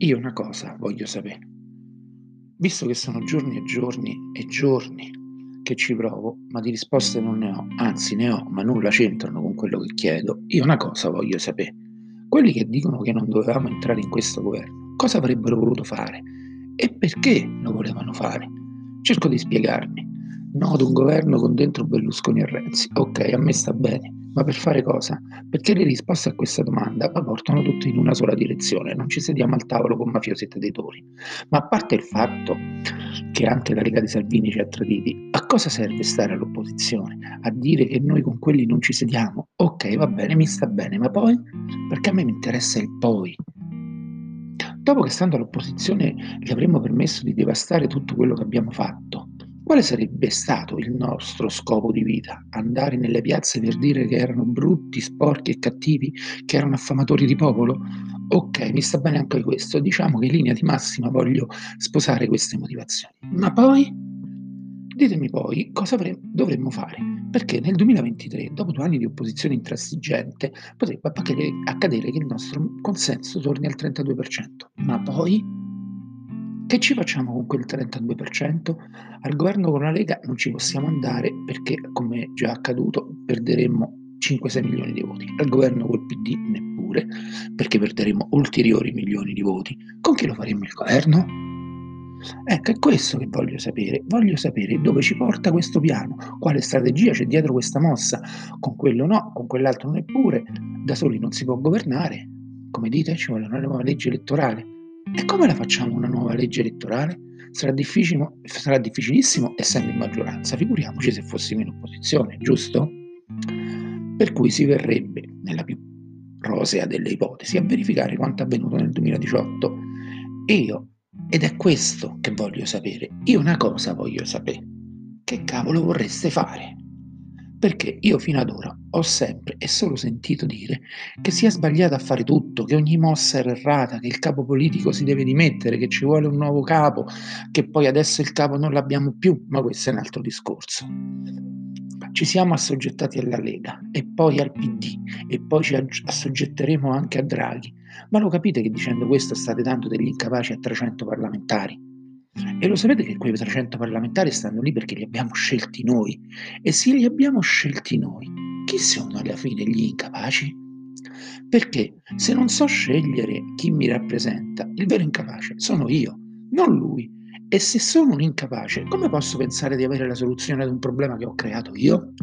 Io una cosa voglio sapere. Visto che sono giorni e giorni e giorni che ci provo, ma di risposte non ne ho, anzi ne ho, ma nulla c'entrano con quello che chiedo, io una cosa voglio sapere. Quelli che dicono che non dovevamo entrare in questo governo, cosa avrebbero voluto fare? E perché lo volevano fare? Cerco di spiegarmi. Noto un governo con dentro Berlusconi e Renzi. Ok, a me sta bene, ma per fare cosa? Perché le risposte a questa domanda poi portano tutte in una sola direzione, non ci sediamo al tavolo con mafiosi e traditori. Ma a parte il fatto che anche la Lega di Salvini ci ha traditi, a cosa serve stare all'opposizione? A dire che noi con quelli non ci sediamo? Ok, va bene, mi sta bene, ma poi? Perché a me mi interessa il poi. Dopo che stando all'opposizione gli avremmo permesso di devastare tutto quello che abbiamo fatto, quale sarebbe stato il nostro scopo di vita? Andare nelle piazze per dire che erano brutti, sporchi e cattivi, che erano affamatori di popolo? Ok, mi sta bene anche questo, diciamo che in linea di massima voglio sposare queste motivazioni. Ma poi? Ditemi poi cosa dovremmo fare, perché nel 2023, dopo 2 anni di opposizione intransigente, potrebbe accadere che il nostro consenso torni al 32%. Ma poi? Che ci facciamo con quel 32%? Al governo con la Lega non ci possiamo andare perché, come già accaduto, perderemmo 5-6 milioni di voti. Al governo col PD neppure, perché perderemmo ulteriori milioni di voti. Con chi lo faremmo il governo? Ecco, è questo che voglio sapere. Voglio sapere dove ci porta questo piano, quale strategia c'è dietro questa mossa. Con quello no, con quell'altro neppure. Da soli non si può governare. Come dite, ci vuole una nuova legge elettorale. E come la facciamo una nuova legge elettorale? Sarà difficilissimo essendo in maggioranza, figuriamoci se fossimo in opposizione, giusto? Per cui si verrebbe, nella più rosea delle ipotesi, a verificare quanto avvenuto nel 2018. E io, ed è questo che voglio sapere, io una cosa voglio sapere. Che cavolo vorreste fare? Perché io fino ad ora ho sempre e solo sentito dire che si è sbagliato a fare tutto, che ogni mossa era errata, che il capo politico si deve dimettere, che ci vuole un nuovo capo, che poi adesso il capo non l'abbiamo più, ma questo è un altro discorso. Ci siamo assoggettati alla Lega e poi al PD e poi ci assoggetteremo anche a Draghi. Ma lo capite che dicendo questo state dando degli incapaci a 300 parlamentari? E lo sapete che quei 300 parlamentari stanno lì perché li abbiamo scelti noi? E se li abbiamo scelti noi, chi sono alla fine gli incapaci? Perché se non so scegliere chi mi rappresenta, il vero incapace sono io, non lui. E se sono un incapace, come posso pensare di avere la soluzione ad un problema che ho creato io?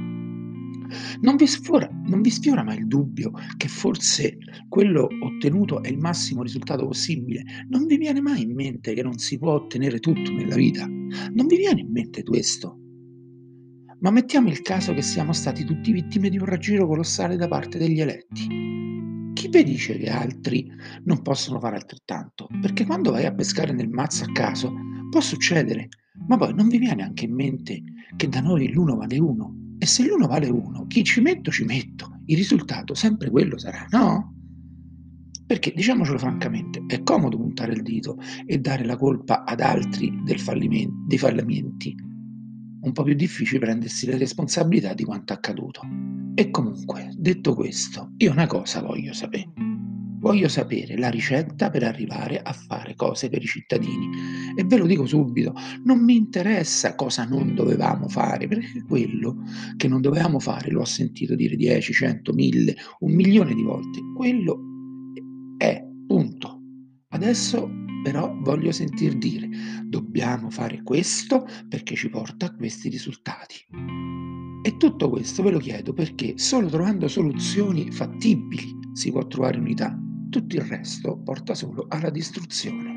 Non vi sfiora mai il dubbio che forse quello ottenuto è il massimo risultato possibile? Non vi viene mai in mente che non si può ottenere tutto nella vita? Non vi viene in mente questo? Ma mettiamo il caso che siamo stati tutti vittime di un raggiro colossale da parte degli eletti. Chi vi dice che altri non possono fare altrettanto? Perché quando vai a pescare nel mazzo a caso può succedere, ma poi non vi viene anche in mente che da noi l'uno vale uno. E se l'uno vale uno, chi ci metto ci metto. Il risultato sempre quello sarà, no? Perché diciamocelo francamente, è comodo puntare il dito e dare la colpa ad altri dei fallimenti. Un po' più difficile prendersi le responsabilità di quanto accaduto. E comunque, detto questo, io una cosa voglio sapere. Voglio sapere la ricetta per arrivare a fare cose per i cittadini. E ve lo dico subito, non mi interessa cosa non dovevamo fare, perché quello che non dovevamo fare lo ho sentito dire 10, 100, 1000, 1 milione di volte. Quello è, punto. Adesso però voglio sentir dire, dobbiamo fare questo perché ci porta a questi risultati. E tutto questo ve lo chiedo perché solo trovando soluzioni fattibili si può trovare unità. Tutto il resto porta solo alla distruzione.